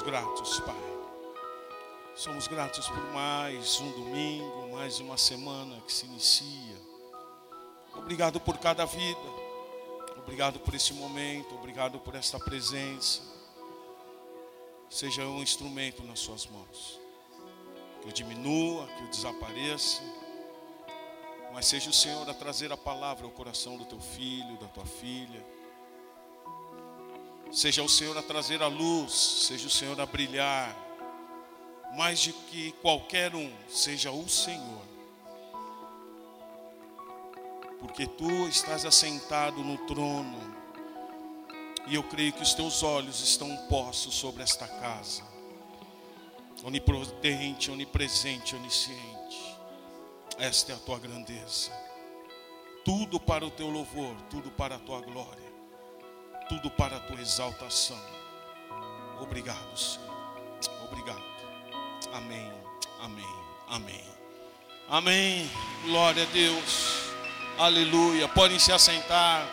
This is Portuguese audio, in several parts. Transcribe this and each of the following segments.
somos gratos, Pai. Somos gratos por mais um domingo, mais uma semana que se inicia. Obrigado por cada vida. Obrigado por esse momento. Obrigado por esta presença. Seja um instrumento nas suas mãos. Que eu diminua, que eu desapareça. Mas seja o Senhor a trazer a palavra ao coração do teu filho, da tua filha. Seja o Senhor a trazer a luz. Seja o Senhor a brilhar. Mais de que qualquer um, seja o Senhor. Porque tu estás assentado no trono. E eu creio que os teus olhos estão postos sobre esta casa. Onipotente, onipresente, onisciente. Esta é a tua grandeza. Tudo para o teu louvor, tudo para a tua glória. Tudo para a tua exaltação. Obrigado, Senhor. Obrigado. Amém, amém, amém. Amém, glória a Deus. Aleluia, podem se assentar.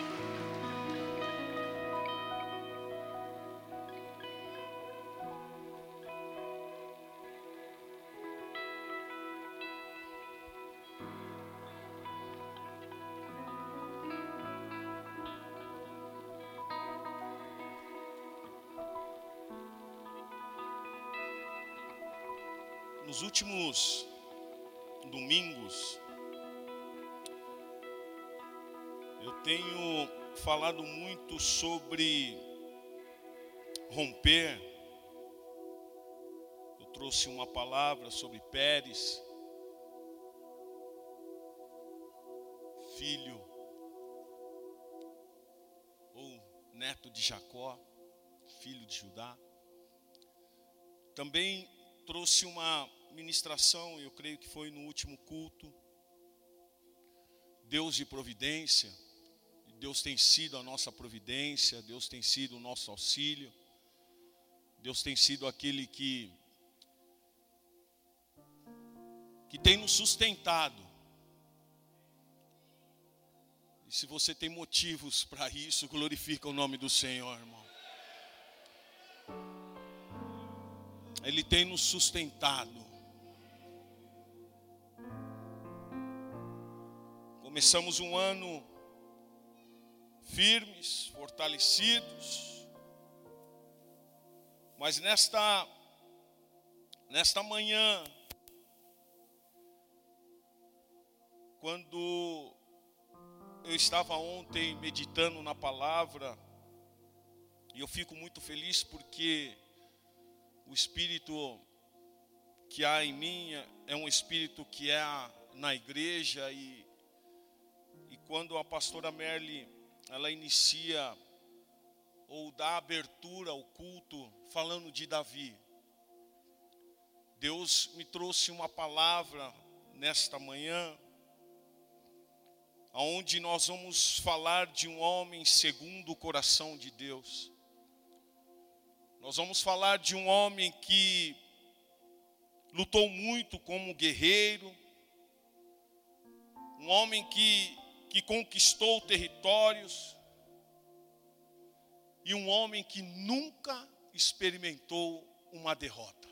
Nos últimos domingos, eu tenho falado muito sobre romper. Eu trouxe uma palavra sobre Pérez, filho ou neto de Jacó, filho de Judá. Também trouxe uma ministração, eu creio que foi no último culto, Deus de providência. Deus tem sido a nossa providência, Deus tem sido o nosso auxílio, Deus tem sido aquele que tem nos sustentado. E se você tem motivos para isso, glorifica o nome do Senhor, irmão. Ele tem nos sustentado. Começamos um ano firmes, fortalecidos. Mas nesta manhã, quando eu estava ontem meditando na palavra, e eu fico muito feliz porque o Espírito que há em mim é um Espírito que há na igreja, e quando a pastora Merle, ela inicia ou dá abertura ao culto falando de Davi, Deus me trouxe uma palavra nesta manhã, onde nós vamos falar de um homem segundo o coração de Deus. Nós vamos falar de um homem que lutou muito como guerreiro, um homem que conquistou territórios, e um homem que nunca experimentou uma derrota.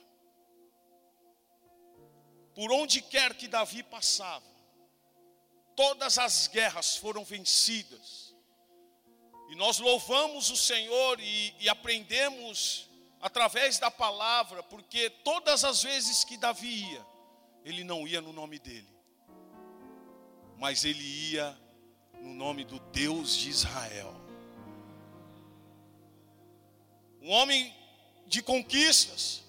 Por onde quer que Davi passava, todas as guerras foram vencidas. E nós louvamos o Senhor e aprendemos através da palavra, porque todas as vezes que Davi ia, ele não ia no nome dele, mas ele ia no nome do Deus de Israel. Um homem de conquistas.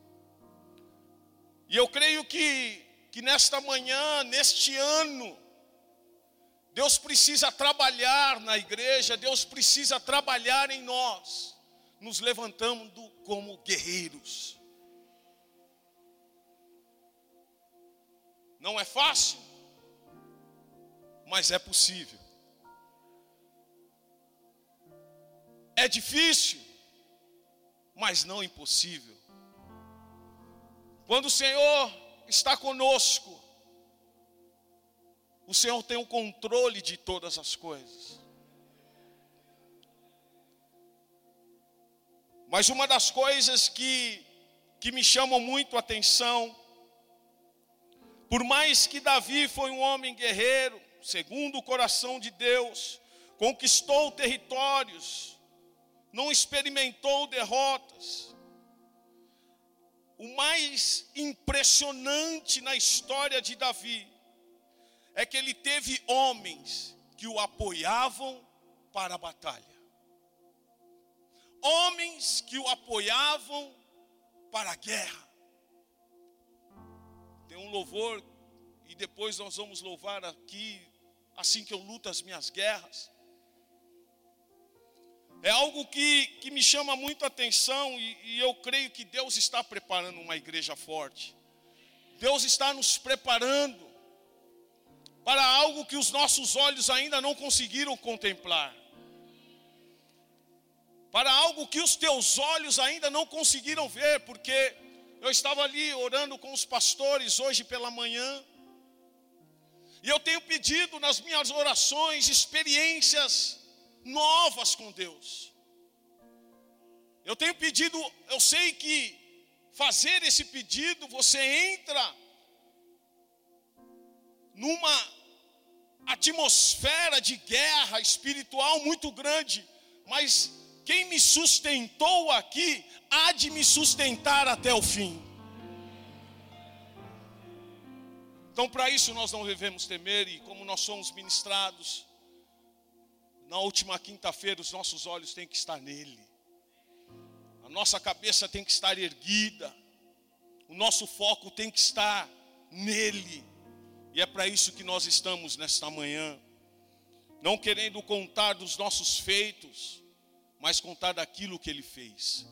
E eu creio que nesta manhã, neste ano, Deus precisa trabalhar na igreja, Deus precisa trabalhar em nós, nos levantando como guerreiros. Não é fácil, mas é possível. É difícil, mas não impossível. Quando o Senhor está conosco, o Senhor tem o controle de todas as coisas. Mas uma das coisas que me chamam muito a atenção, por mais que Davi foi um homem guerreiro, segundo o coração de Deus, conquistou territórios, não experimentou derrotas. O mais impressionante na história de Davi é que ele teve homens que o apoiavam para a batalha. Homens que o apoiavam para a guerra. Tem um louvor, e depois nós vamos louvar aqui, assim que eu luto as minhas guerras. É algo que me chama muito a atenção, e eu creio que Deus está preparando uma igreja forte. Deus está nos preparando para algo que os nossos olhos ainda não conseguiram contemplar. Para algo que os teus olhos ainda não conseguiram ver, porque eu estava ali orando com os pastores hoje pela manhã, e eu tenho pedido nas minhas orações experiências novas com Deus. Eu tenho pedido, eu sei que fazer esse pedido, você entra numa atmosfera de guerra espiritual muito grande, mas quem me sustentou aqui, há de me sustentar até o fim. Então, para isso nós não devemos temer, e como nós somos ministrados, na última quinta-feira os nossos olhos têm que estar nele. A nossa cabeça tem que estar erguida. O nosso foco tem que estar nele. E é para isso que nós estamos nesta manhã. Não querendo contar dos nossos feitos, mas contar daquilo que ele fez.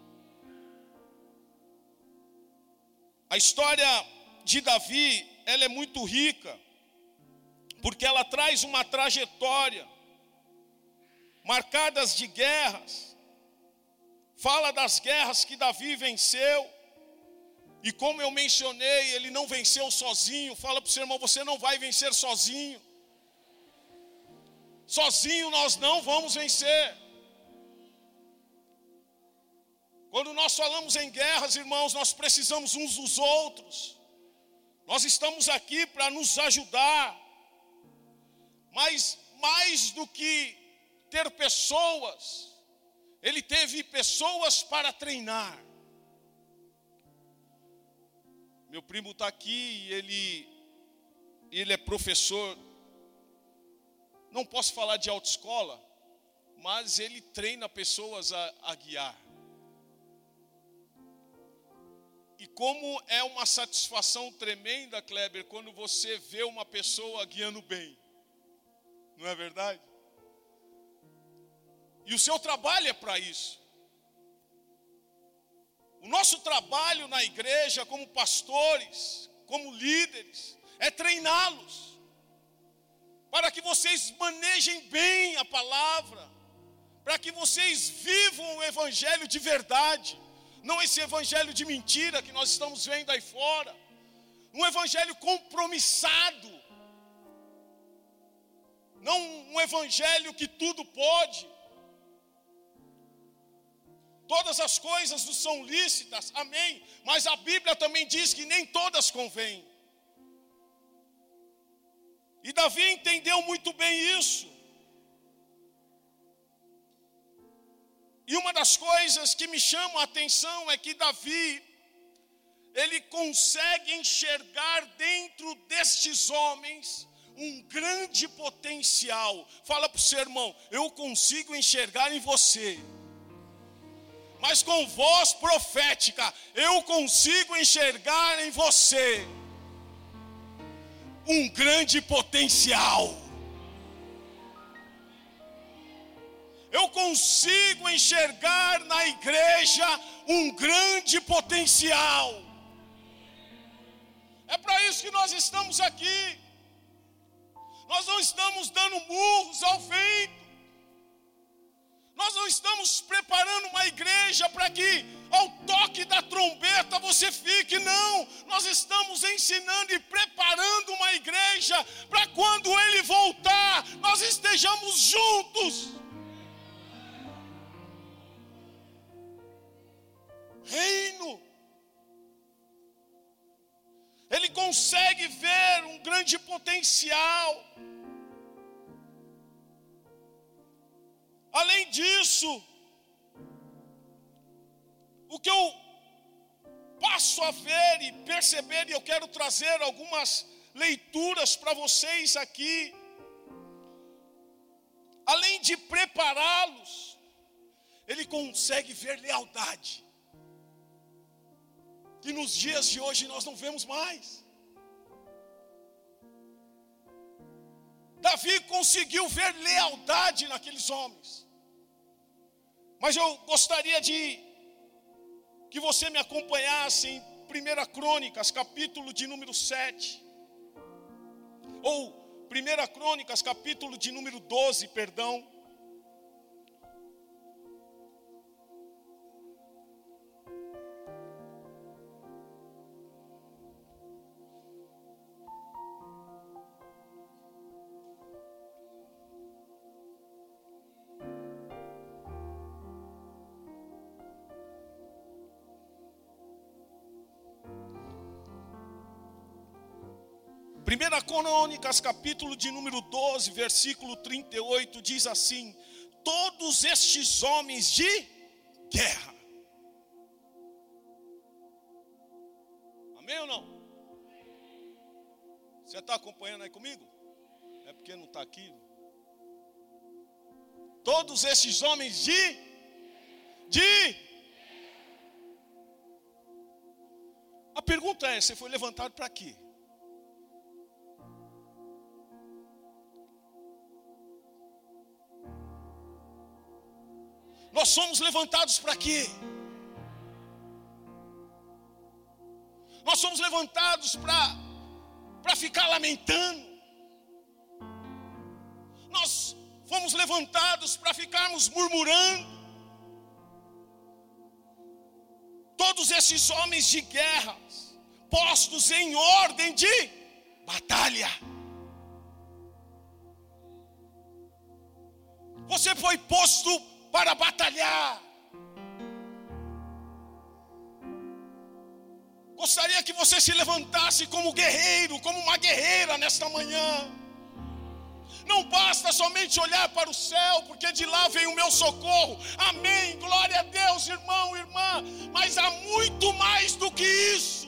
A história de Davi, ela é muito rica, porque ela traz uma trajetória marcadas de guerras. Fala das guerras que Davi venceu. E como eu mencionei, ele não venceu sozinho. Fala para o seu irmão, você não vai vencer sozinho. Sozinho nós não vamos vencer. Quando nós falamos em guerras, irmãos, nós precisamos uns dos outros. Nós estamos aqui para nos ajudar. Mas mais do que ter pessoas, ele teve pessoas para treinar. Meu primo está aqui e ele é professor. Não posso falar de autoescola, mas ele treina pessoas a guiar. E como é uma satisfação tremenda, Kleber, quando você vê uma pessoa guiando bem. Não é verdade? E o seu trabalho é para isso. O nosso trabalho na igreja, como pastores, como líderes, é treiná-los. Para que vocês manejem bem a palavra. Para que vocês vivam o evangelho de verdade. Não esse evangelho de mentira que nós estamos vendo aí fora. Um evangelho compromissado. Não um evangelho que tudo pode. Todas as coisas nos são lícitas, amém. Mas a Bíblia também diz que nem todas convêm. E Davi entendeu muito bem isso. E uma das coisas que me chama a atenção é que Davi, ele consegue enxergar dentro destes homens um grande potencial. Fala para o seu irmão, eu consigo enxergar em você. Mas com voz profética, eu consigo enxergar em você um grande potencial. Eu consigo enxergar na igreja um grande potencial. É para isso que nós estamos aqui. Nós não estamos dando murros ao vento. Nós não estamos preparando uma igreja para que ao toque da trombeta você fique, não. Nós estamos ensinando e preparando uma igreja para quando ele voltar, nós estejamos juntos. consegue ver um grande potencial. Além disso, o que eu passo a ver e perceber, e eu quero trazer algumas leituras para vocês aqui, além de prepará-los, ele consegue ver lealdade, que nos dias de hoje nós não vemos mais. Davi conseguiu ver lealdade naqueles homens. Mas eu gostaria que você me acompanhasse em 1 Crônicas, capítulo de número 7. Ou 1 Crônicas, capítulo de número 12, perdão. Primeira Crônicas, capítulo de número 12, versículo 38, diz assim: todos estes homens de guerra. Amém ou não? Você está acompanhando aí comigo? É porque não está aqui. Todos estes homens A pergunta é, você foi levantado para quê? Nós somos levantados para quê? Nós somos levantados para ficar lamentando. Nós fomos levantados para ficarmos murmurando. Todos esses homens de guerra, postos em ordem de batalha. Você foi posto para batalhar. Gostaria que você se levantasse como guerreiro, como uma guerreira nesta manhã. Não basta somente olhar para o céu, porque de lá vem o meu socorro. Amém, glória a Deus, irmão, irmã. Mas há muito mais do que isso.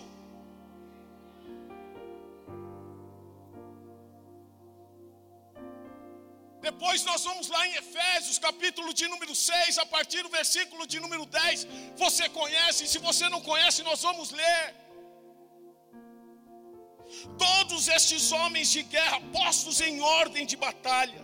Depois nós vamos lá em Efésios, capítulo de número 6, a partir do versículo de número 10. Você conhece, se você não conhece, nós vamos ler. Todos estes homens de guerra, postos em ordem de batalha.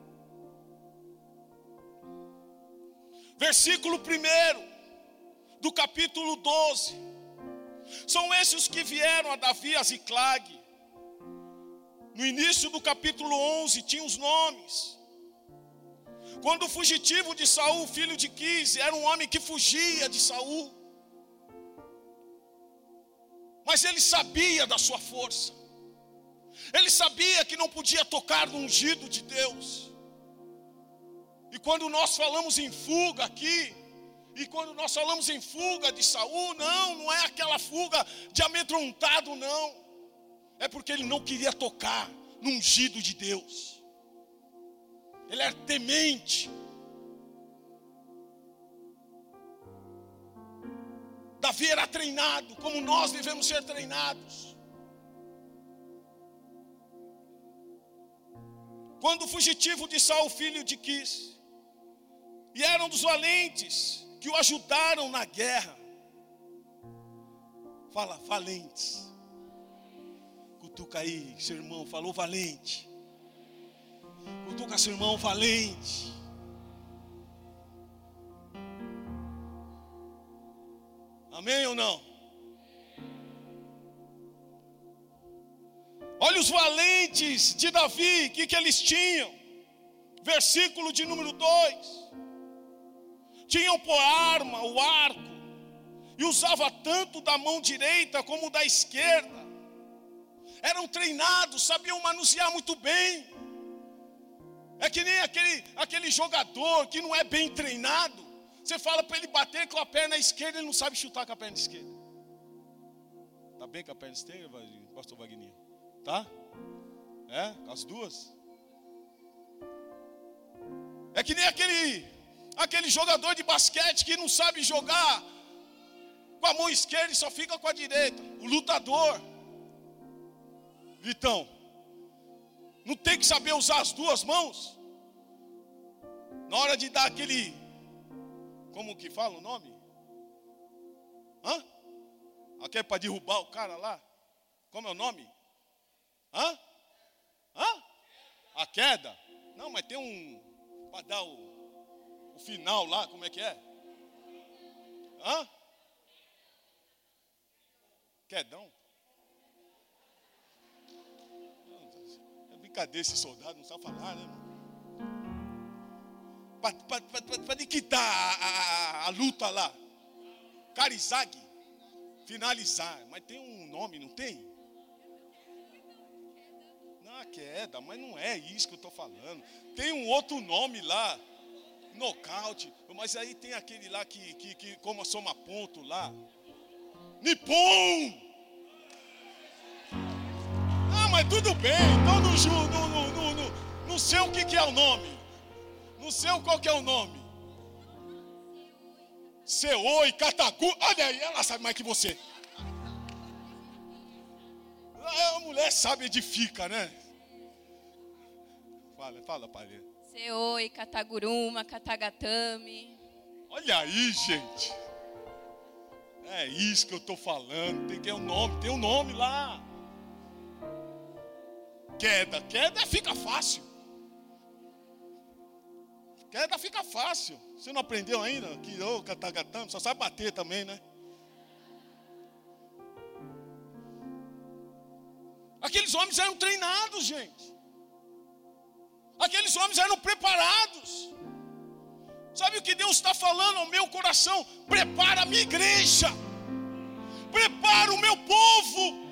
Versículo 1 do capítulo 12. São esses os que vieram a Davi a Ziclag. No início do capítulo 11 tinha os nomes. Quando o fugitivo de Saul, filho de Quise, era um homem que fugia de Saul. Mas ele sabia da sua força. Ele sabia que não podia tocar no ungido de Deus. E quando nós falamos em fuga aqui, e quando nós falamos em fuga de Saul, não é aquela fuga de amedrontado, não. É porque ele não queria tocar no ungido de Deus. Ele era temente. Davi era treinado, como nós devemos ser treinados. Quando o fugitivo de Saul, filho de Quis, e eram dos valentes que o ajudaram na guerra. Fala, valentes. Cutuca aí, seu irmão, falou valente. Cutuca seu irmão, valente. Amém ou não? Olha os valentes de Davi, o que eles tinham? Versículo de número 2. Tinham por arma o arco, e usava tanto da mão direita como da esquerda. Eram treinados, sabiam manusear muito bem. É que nem aquele jogador que não é bem treinado. Você fala para ele bater com a perna esquerda, ele não sabe chutar com a perna esquerda. Tá bem com a perna esteira, pastor Wagner? Tá? É? Com as duas? É que nem aquele jogador de basquete que não sabe jogar com a mão esquerda e só fica com a direita. O lutador. Vitão, não tem que saber usar as duas mãos? Na hora de dar aquele... Como que fala o nome? Hã? Aquele para derrubar o cara lá. Como é o nome? Hã? Hã? A queda? Não, mas tem um... Para dar o final lá, como é que é? Hã? Quedão? É brincadeira esse soldado, não sabe falar, né, irmão? Para liquidar a luta lá. Carizag. Finalizar. Mas tem um nome, não tem? Não, queda, mas não é isso que eu estou falando. Tem um outro nome lá. Nocaute. Mas aí tem aquele lá que como a soma ponto lá. Nippon! Ah, mas tudo bem. Então não sei o que é o nome. Não sei qual que é o nome. Seoi, Katagu. Olha aí, ela sabe mais que você. A mulher sabe, edifica, né? Fala, pai. Seoi, Kataguruma, Katagatame. Olha aí, gente. É isso que eu estou falando. Tem um nome lá. Queda fica fácil. Queda fica fácil. Você não aprendeu ainda? Que Katagatame, só sabe bater também, né? Aqueles homens eram treinados, gente. Aqueles homens eram preparados. Sabe o que Deus está falando ao meu coração? Prepara a minha igreja. Prepara o meu povo.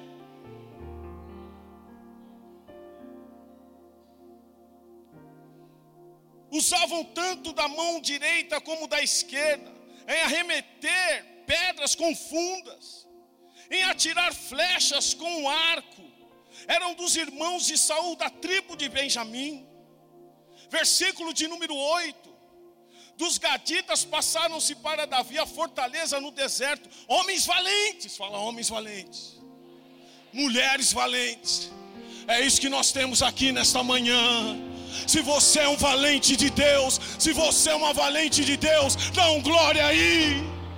Usavam tanto da mão direita como da esquerda em arremeter pedras com fundas, em atirar flechas com um arco. Eram dos irmãos de Saul, da tribo de Benjamim. Versículo de número 8. Dos gaditas passaram-se para Davi a fortaleza no deserto. Homens valentes, fala homens valentes. Mulheres valentes. É isso que nós temos aqui nesta manhã. Se você é um valente de Deus, se você é uma valente de Deus, dá um glória aí.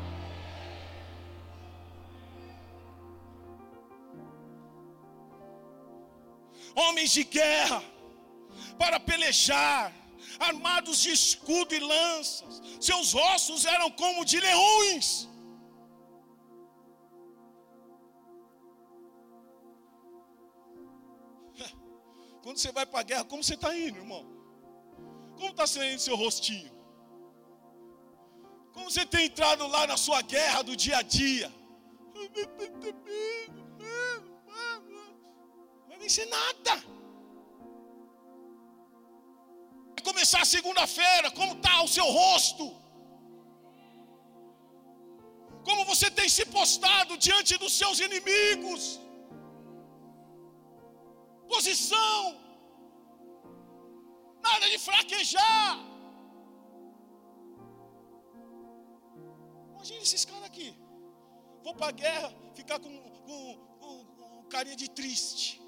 Homens de guerra, para pelejar, armados de escudo e lanças. Seus ossos eram como de leões. Quando você vai para a guerra, como você está indo, irmão? Como está saindo seu rostinho? Como você tem entrado lá na sua guerra do dia a dia? Não vai vencer nada. Vai começar a segunda-feira, como está o seu rosto? Como você tem se postado diante dos seus inimigos? Posição, nada de fraquejar. Imagina esses caras aqui. Vou para a guerra, ficar com carinha de triste.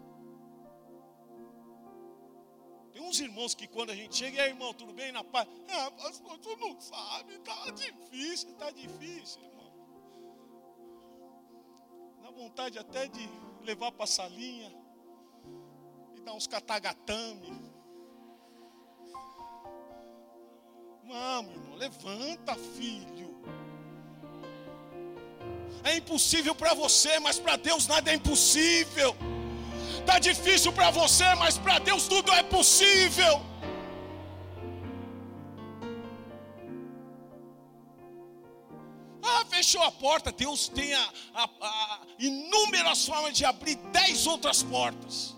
Tem uns irmãos que quando a gente chega, e aí, irmão, tudo bem, na paz? Ah, pastor, tu não sabe, tá difícil, irmão. Dá vontade até de levar para a salinha. Dá uns Katagatame. Vamos, irmão, levanta, filho. É impossível para você, mas para Deus nada é impossível. Está difícil para você, mas para Deus tudo é possível. Ah, fechou a porta. Deus tem inúmeras formas de abrir 10 outras portas.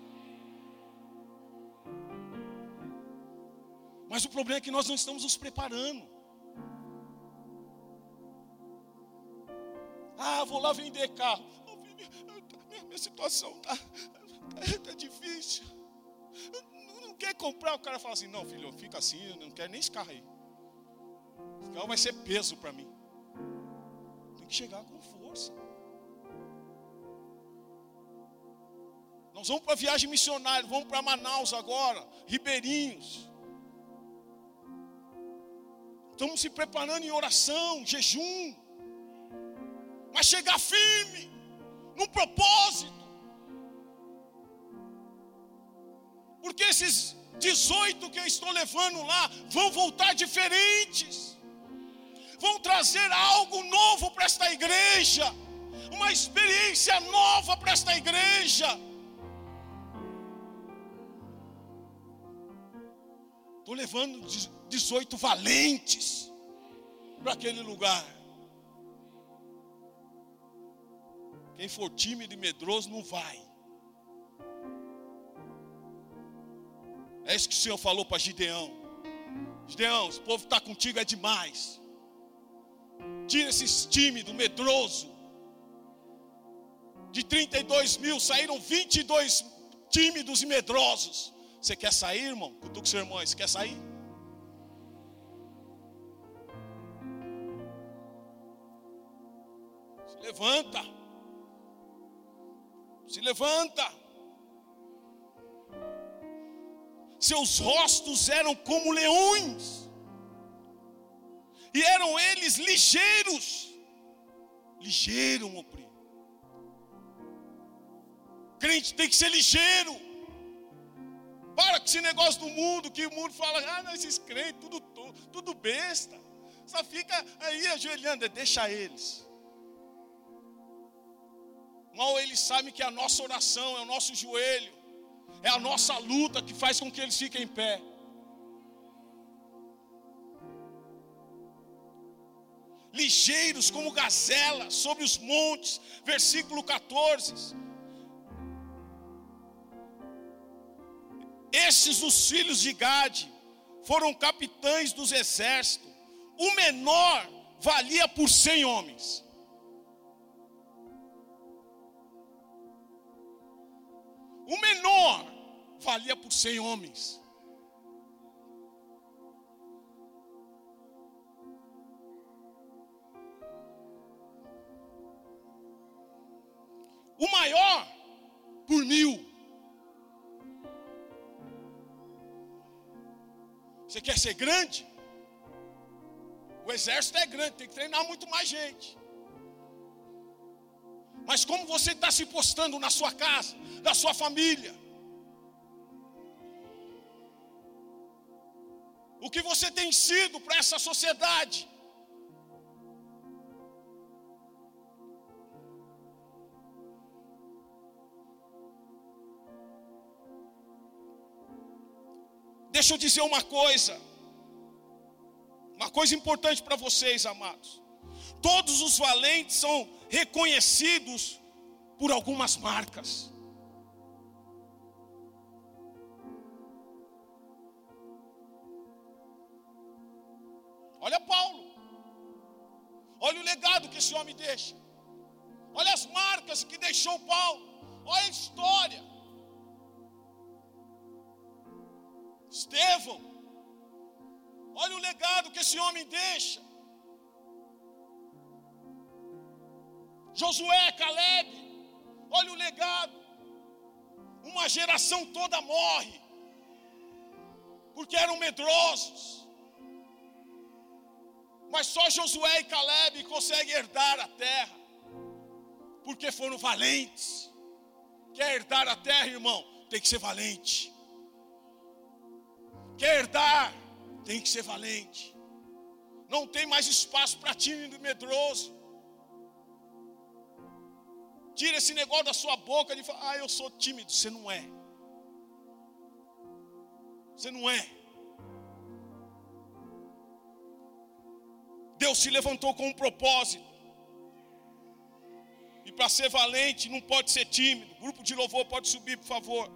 Mas o problema é que nós não estamos nos preparando. Ah, vou lá vender carro. minha situação tá difícil. Não quer comprar, o cara fala assim, não filho, fica assim, eu não quero nem esse carro aí. Esse carro vai ser peso para mim. Tem que chegar com força. Nós vamos para viagem missionária, vamos para Manaus agora, Ribeirinhos. Estamos se preparando em oração, jejum. Mas chegar firme, num propósito. Porque esses 18 que eu estou levando lá vão voltar diferentes. Vão trazer algo novo para esta igreja. Uma experiência nova para esta igreja. Estou levando 18 valentes para aquele lugar. Quem for tímido e medroso não vai. É isso que o Senhor falou para Gideão. Gideão, esse povo está contigo é demais. Tira esses tímidos, medroso. De 32 mil saíram 22 tímidos e medrosos. Você quer sair, irmão? Cutuca o seu irmão aí, você quer sair? Se levanta. Se levanta. Seus rostos eram como leões. E eram eles ligeiros. Ligeiro, meu primo. Crente tem que ser ligeiro. Para com esse negócio do mundo, que o mundo fala, não, esses crentes, tudo besta. Só fica aí ajoelhando, deixa eles. Mal eles sabem que a nossa oração é o nosso joelho, é a nossa luta que faz com que eles fiquem em pé. Ligeiros como gazelas sobre os montes, versículo 14. Estes os filhos de Gade foram capitães dos exércitos. O menor valia por 100 homens. O menor valia por 100 homens. O maior por 1000. Você quer ser grande? O exército é grande, tem que treinar muito mais gente. Mas como você está se postando na sua casa, na sua família? O que você tem sido para essa sociedade? Deixa eu dizer uma coisa importante para vocês, amados. Todos os valentes são reconhecidos por algumas marcas. Olha Paulo. Olha o legado que esse homem deixa. Olha as marcas que deixou Paulo. Olha a história. Estevão, olha o legado que esse homem deixa. Josué, Caleb, olha o legado. Uma geração toda morre, porque eram medrosos. Mas só Josué e Caleb conseguem herdar a terra, porque foram valentes. Quer herdar a terra, irmão? Tem que ser valente. Quer herdar, tem que ser valente. Não tem mais espaço para tímido e medroso. Tira esse negócio da sua boca de falar, eu sou tímido. Você não é. Você não é. Deus se levantou com um propósito. E para ser valente não pode ser tímido. O grupo de louvor pode subir, por favor.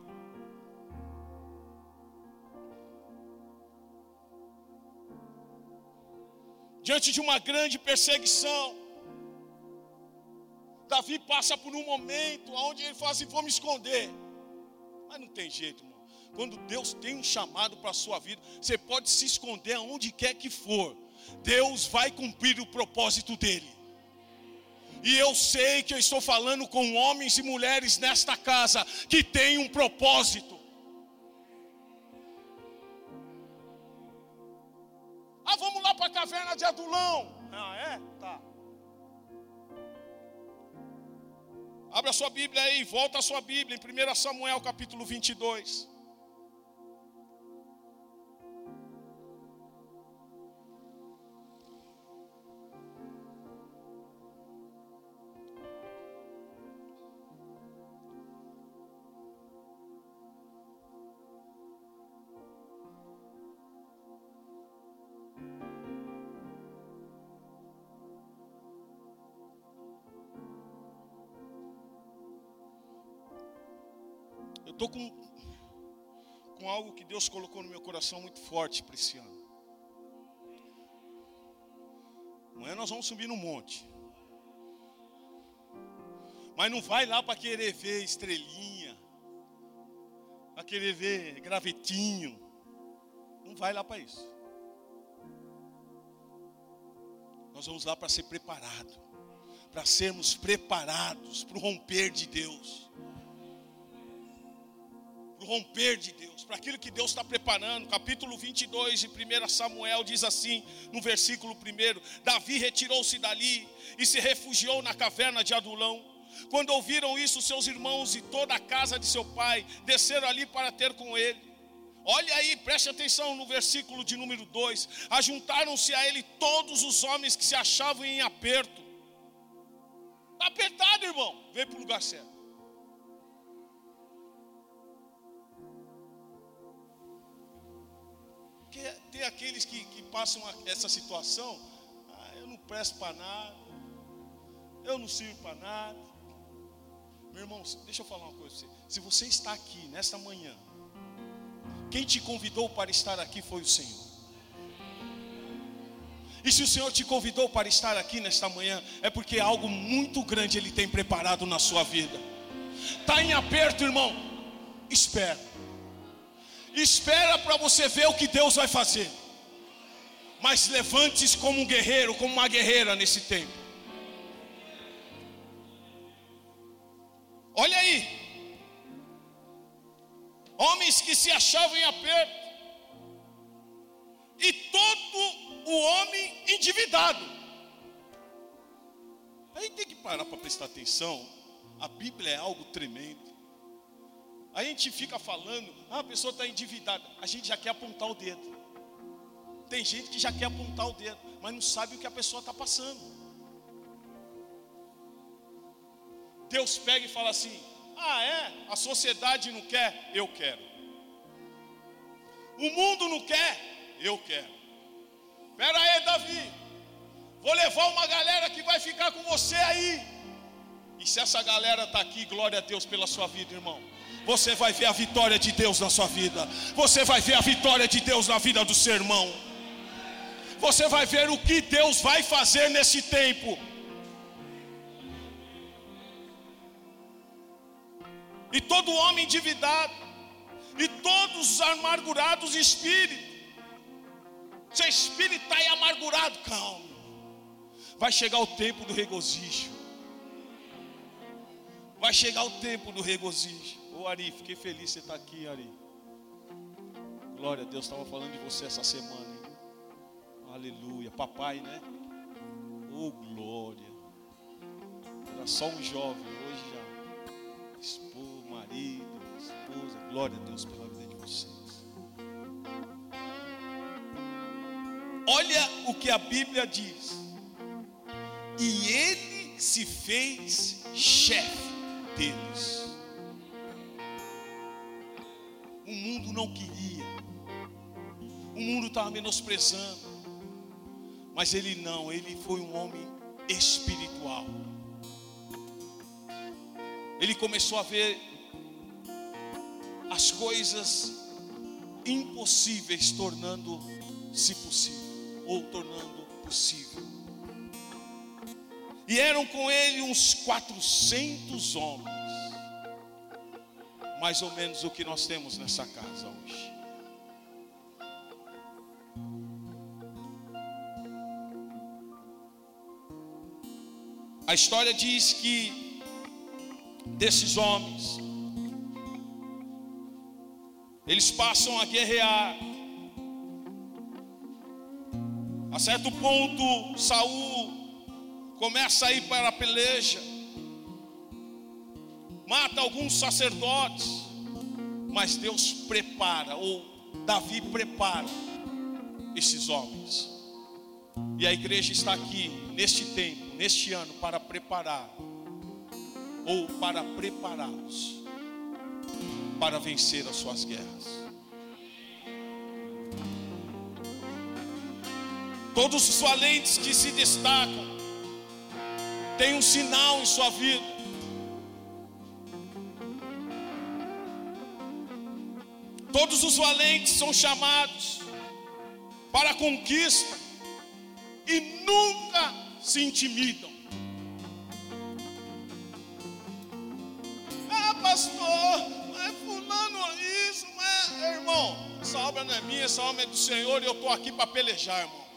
Diante de uma grande perseguição, Davi passa por um momento onde ele fala assim, vou me esconder. Mas não tem jeito, irmão. Quando Deus tem um chamado para a sua vida, você pode se esconder aonde quer que for. Deus vai cumprir o propósito dele. E eu sei que eu estou falando com homens e mulheres nesta casa que têm um propósito. Ah, vamos lá para a caverna de Adulão. Ah, é? Tá. Abra a sua Bíblia aí, volta a sua Bíblia em 1 Samuel capítulo 22. Eu estou com algo que Deus colocou no meu coração muito forte para esse ano. Amanhã nós vamos subir no monte. Mas não vai lá para querer ver estrelinha, para querer ver gravetinho. Não vai lá para isso. Nós vamos lá para ser preparado, para sermos preparados para o romper de Deus. Para o romper de Deus, para aquilo que Deus está preparando. Capítulo 22 de 1 Samuel diz assim, no versículo 1: Davi retirou-se dali e se refugiou na caverna de Adulão. Quando ouviram isso, seus irmãos e toda a casa de seu pai desceram ali para ter com ele. Olha aí, preste atenção no versículo de número 2: Ajuntaram-se a ele todos os homens que se achavam em aperto. Está apertado, irmão, veio para o lugar certo. Porque tem aqueles que passam essa situação, eu não presto para nada, eu não sirvo para nada. Meu irmão, deixa eu falar uma coisa para você. Se você está aqui nesta manhã, quem te convidou para estar aqui foi o Senhor. E se o Senhor te convidou para estar aqui nesta manhã, é porque algo muito grande Ele tem preparado na sua vida. Está em aperto, irmão? Espera. Espera para você ver o que Deus vai fazer. Mas levante-se como um guerreiro, como uma guerreira nesse tempo. Olha aí. Homens que se achavam em aperto. E todo o homem endividado. Aí tem que parar para prestar atenção. A Bíblia é algo tremendo. A gente fica falando, a pessoa está endividada. A gente já quer apontar o dedo. Tem gente que já quer apontar o dedo, mas não sabe o que a pessoa está passando. Deus pega e fala assim, a sociedade não quer, eu quero. O mundo não quer, eu quero. Espera aí, Davi, vou levar uma galera que vai ficar com você aí. E se essa galera está aqui, glória a Deus pela sua vida, irmão. Você vai ver a vitória de Deus na sua vida. Você vai ver a vitória de Deus na vida do seu irmão. Você vai ver o que Deus vai fazer nesse tempo. E todo homem endividado, e todos os amargurados de espírito. Seu espírito está aí amargurado, calma. Vai chegar o tempo do regozijo. Vai chegar o tempo do regozijo. Ô Ari, fiquei feliz você estar aqui, Ari. Glória a Deus, estava falando de você essa semana, hein? Aleluia, papai, né? Ô glória. Era só um jovem, hoje já esposo, marido, esposa. Glória a Deus pela vida de vocês. Olha o que a Bíblia diz. E ele se fez chefe deles. O mundo não queria. O mundo estava menosprezando. Mas ele não, ele foi um homem espiritual. Ele começou a ver as coisas impossíveis tornando-se possível, ou tornando possível. E eram com ele uns 400 homens. Mais ou menos o que nós temos nessa casa hoje. A história diz que desses homens, eles passam a guerrear. A certo ponto, Saul começa a ir para a peleja, mata alguns sacerdotes, mas Deus prepara, ou Davi prepara esses homens. E a igreja está aqui, neste tempo, neste ano, para preparar, ou para prepará-los, para vencer as suas guerras. Todos os valentes que se destacam têm um sinal em sua vida. Todos os valentes são chamados para a conquista e nunca se intimidam. Ah, pastor, mas fulano isso, mas irmão, essa obra não é minha, essa obra é do Senhor e eu estou aqui para pelejar, irmão.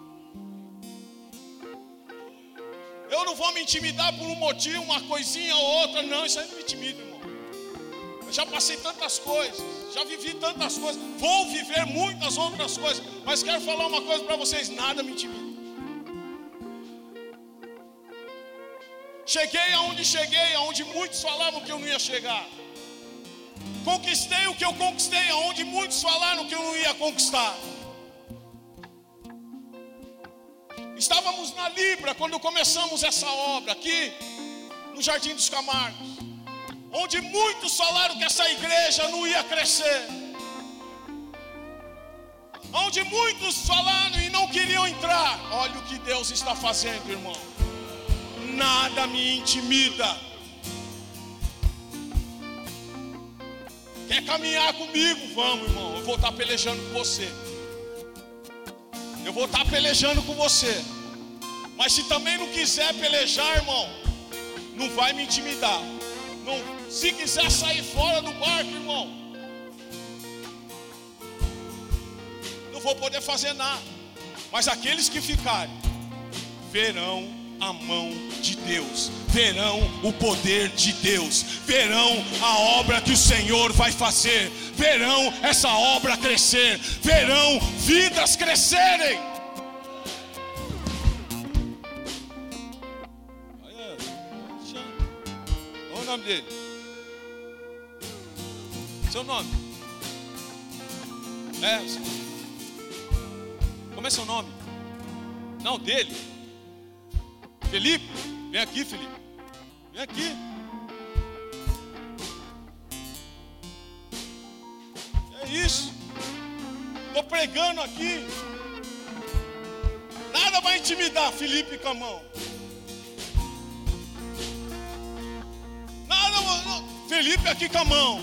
Eu não vou me intimidar por um motivo, uma coisinha ou outra. Não, isso aí não me intimida, irmão. Eu já passei tantas coisas, já vivi tantas coisas, vou viver muitas outras coisas, mas quero falar uma coisa para vocês: nada me intimida. Cheguei aonde muitos falavam que eu não ia chegar. Conquistei o que eu conquistei, aonde muitos falaram que eu não ia conquistar. Estávamos na Libra quando começamos essa obra aqui no Jardim dos Camargos, onde muitos falaram que essa igreja não ia crescer, onde muitos falaram e não queriam entrar. Olha o que Deus está fazendo, irmão. Nada me intimida. Quer caminhar comigo? Vamos, irmão. Eu vou estar pelejando com você. Eu vou estar pelejando com você. Mas se também não quiser pelejar, irmão, não vai me intimidar. Não, se quiser sair fora do barco, irmão, não vou poder fazer nada. Mas aqueles que ficarem verão a mão de Deus, verão o poder de Deus, verão a obra que o Senhor vai fazer, verão essa obra crescer, verão vidas crescerem. Olha o nome dele. Seu nome? Como é seu nome? Não, dele. Felipe, vem aqui, Felipe. Vem aqui. É isso. Estou pregando aqui. Nada vai intimidar Felipe com a mão. Nada, não. Felipe aqui com a mão.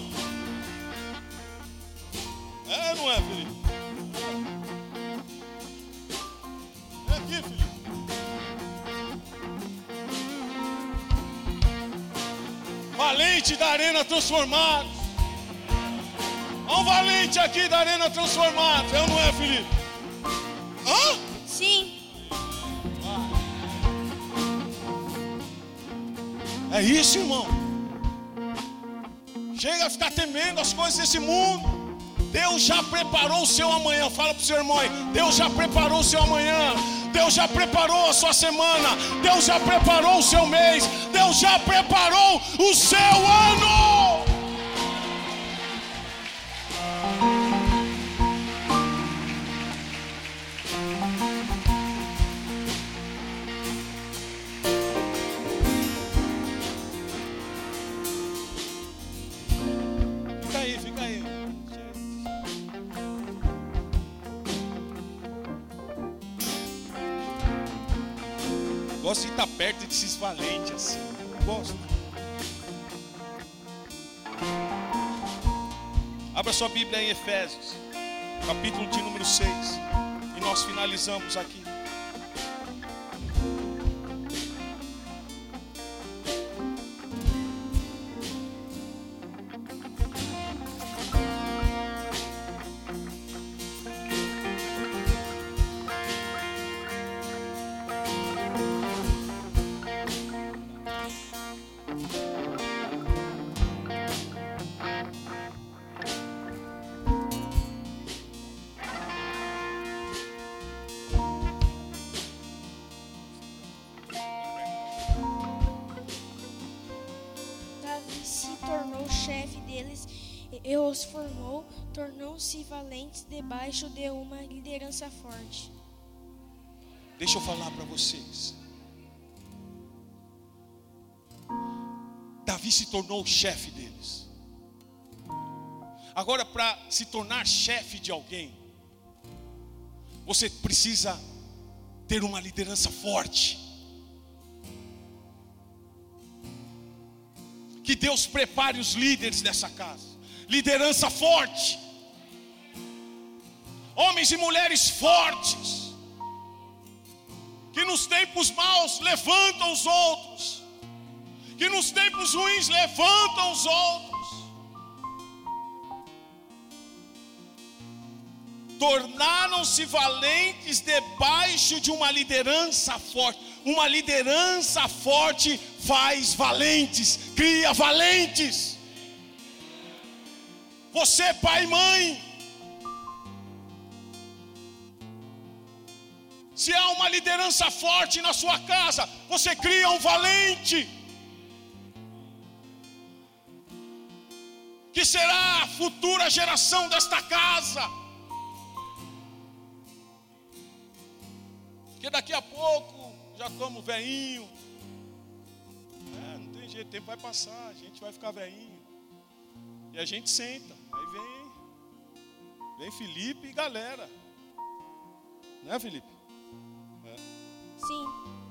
É, não é, Felipe? Vem aqui, Felipe. Valente da Arena Transformados. Há um valente aqui da Arena Transformados. É ou não é, Felipe? Hã? Sim. É isso, irmão. Chega a ficar temendo as coisas desse mundo. Deus já preparou o seu amanhã. Fala pro seu irmão aí. Deus já preparou o seu amanhã. Deus já preparou a sua semana. Deus já preparou o seu mês. Deus já preparou o seu ano. Fica aí. Gosto de estar perto desses valentes assim. Gosto. Abra sua Bíblia em Efésios, capítulo de número 6. E nós finalizamos aqui. e os formou, tornou-se valentes debaixo de uma liderança forte. Deixa eu falar para vocês. Davi se tornou o chefe deles. Agora, para se tornar chefe de alguém, você precisa ter uma liderança forte. Que Deus prepare os líderes dessa casa. Liderança forte. Homens e mulheres fortes. Que nos tempos maus levantam os outros. Que nos tempos ruins levantam os outros. Tornaram-se valentes debaixo de uma liderança forte. Uma liderança forte faz valentes, cria valentes. Você, pai e mãe, se há uma liderança forte na sua casa, você cria um valente, que será a futura geração desta casa. Porque daqui a pouco já estamos velhinho. Não tem jeito, o tempo vai passar, a gente vai ficar velhinho. E a gente senta, aí vem Felipe e galera. Né, Felipe? Sim.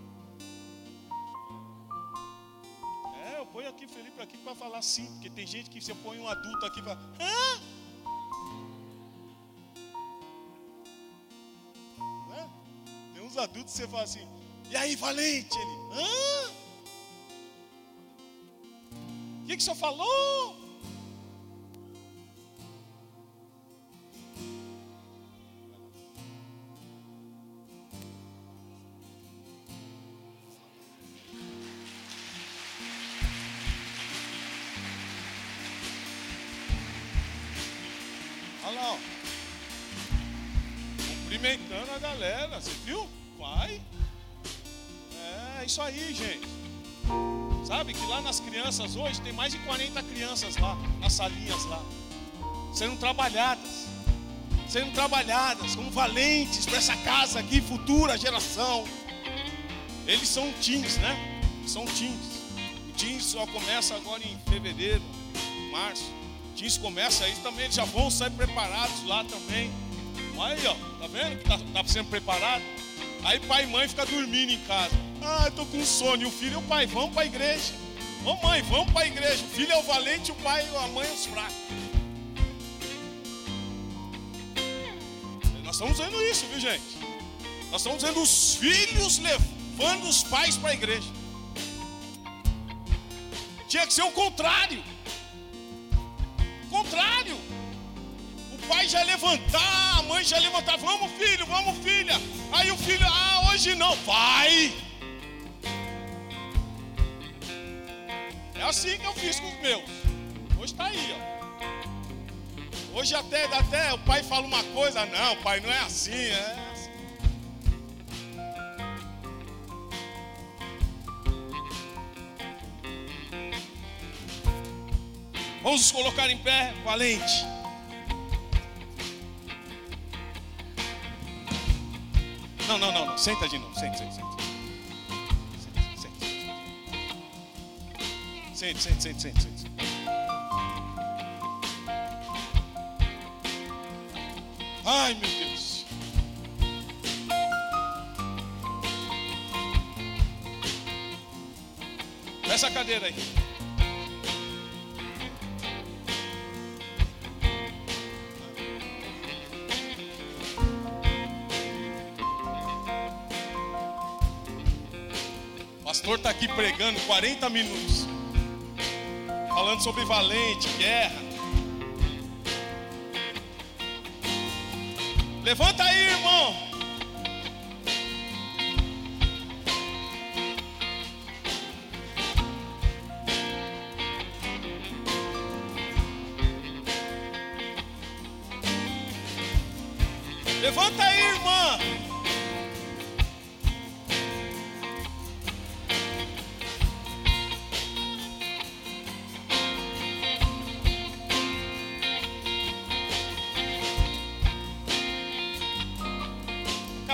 Eu ponho aqui Felipe aqui para falar sim, porque tem gente que você põe um adulto aqui para hã? Né? Tem uns adultos que você fala assim, e aí, valente? Ele, hã? O que o senhor falou? Olha lá, ó. Cumprimentando a galera, você viu? Vai. É isso aí, gente. Sabe que lá nas crianças hoje tem mais de 40 crianças lá, nas salinhas lá, sendo trabalhadas como valentes para essa casa aqui, futura geração. Eles são teens, né? São teens. O teens só começa agora em fevereiro, março. O teens começa aí também, eles já vão sair preparados lá também. Olha aí, ó, tá vendo que tá sendo preparado? Aí pai e mãe ficam dormindo em casa. Eu tô com sono. E o filho e o pai, vamos para a igreja. Ô mãe, vamos para a igreja. O filho é o valente, o pai e a mãe é os fracos. Nós estamos vendo isso, viu, gente? Nós estamos vendo os filhos levando os pais para a igreja. Tinha que ser o contrário. O contrário. O pai já levantar, a mãe já levantar. Vamos, filho, vamos, filha. Aí o filho, hoje não. Vai. É assim que eu fiz com os meus. Hoje está aí, ó. Hoje até o pai fala uma coisa. Não, pai, não é assim, é assim. Vamos nos colocar em pé, valente. Não. Senta de novo. Senta. Ai, meu Deus. Essa cadeira aí. O pastor está aqui pregando 40 minutos. Falando sobre valente, guerra. Levanta aí, irmão. Levanta aí, irmã.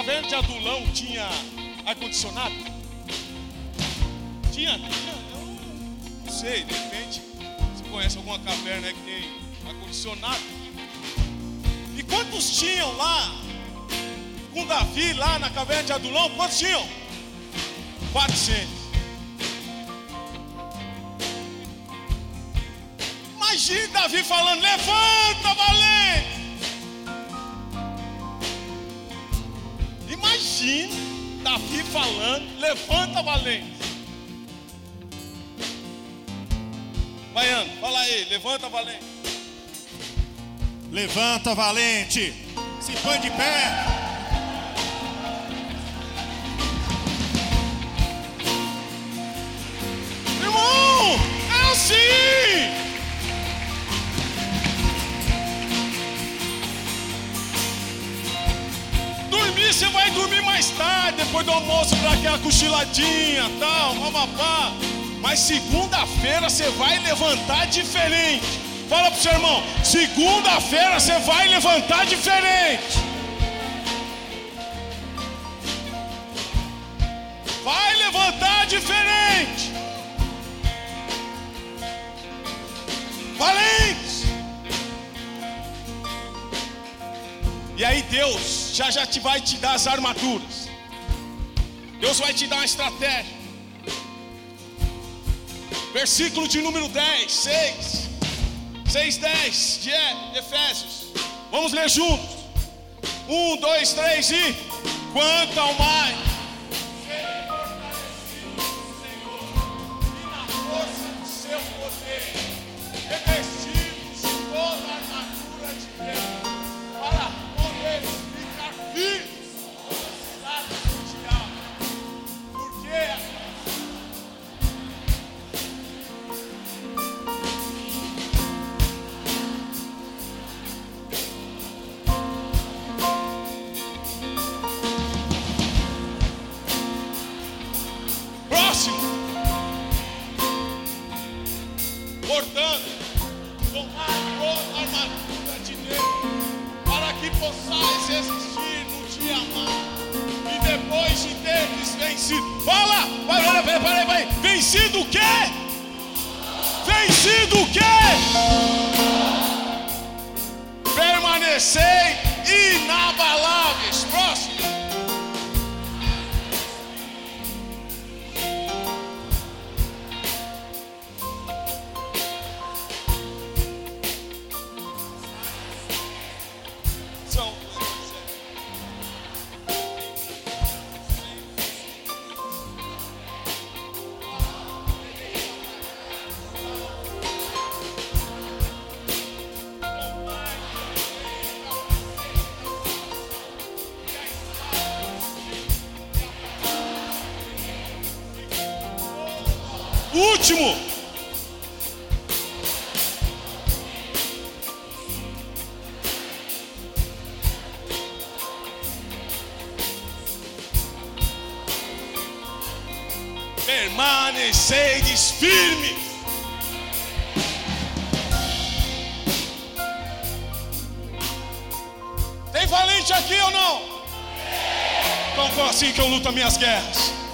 caverna de Adulão tinha ar-condicionado? Tinha? Eu não sei, de repente você conhece alguma caverna que tem ar-condicionado? E quantos tinham lá com Davi, lá na caverna de Adulão? Quantos tinham? 400. Imagine Davi falando: levanta, valente. Imagine Davi falando: levanta, valente. Baiano, fala aí, levanta, valente. Levanta, valente. Se põe de pé. Irmão, é assim. Dormir, você vai dormir mais tarde, depois do almoço, para aquela cochiladinha, tal, papapá. Mas segunda-feira você vai levantar diferente. Fala pro seu irmão: segunda-feira você vai levantar diferente. Vai levantar diferente. Valente. E aí Deus já vai te dar as armaduras. Deus vai te dar uma estratégia. Versículo de número 10, 6:10 de Efésios. Vamos ler juntos. 1, 2, 3 e... Quanto ao mais serem fortalecidos no Senhor e na força do seu poder, revestidos de toda a armadura de Deus, para poder ficar firmes contra os ciladas do diabo. Porque portanto, tomai toda a armadura de Deus, para que possais resistir no dia mau, e depois de teres vencido. Fala! Peraí. Vencido o quê? Vencido o quê? Permanecei inabaláveis. Próximo. Último. Permaneceis firmes. Tem valente aqui ou não? Então foi assim que eu luto as minhas guerras.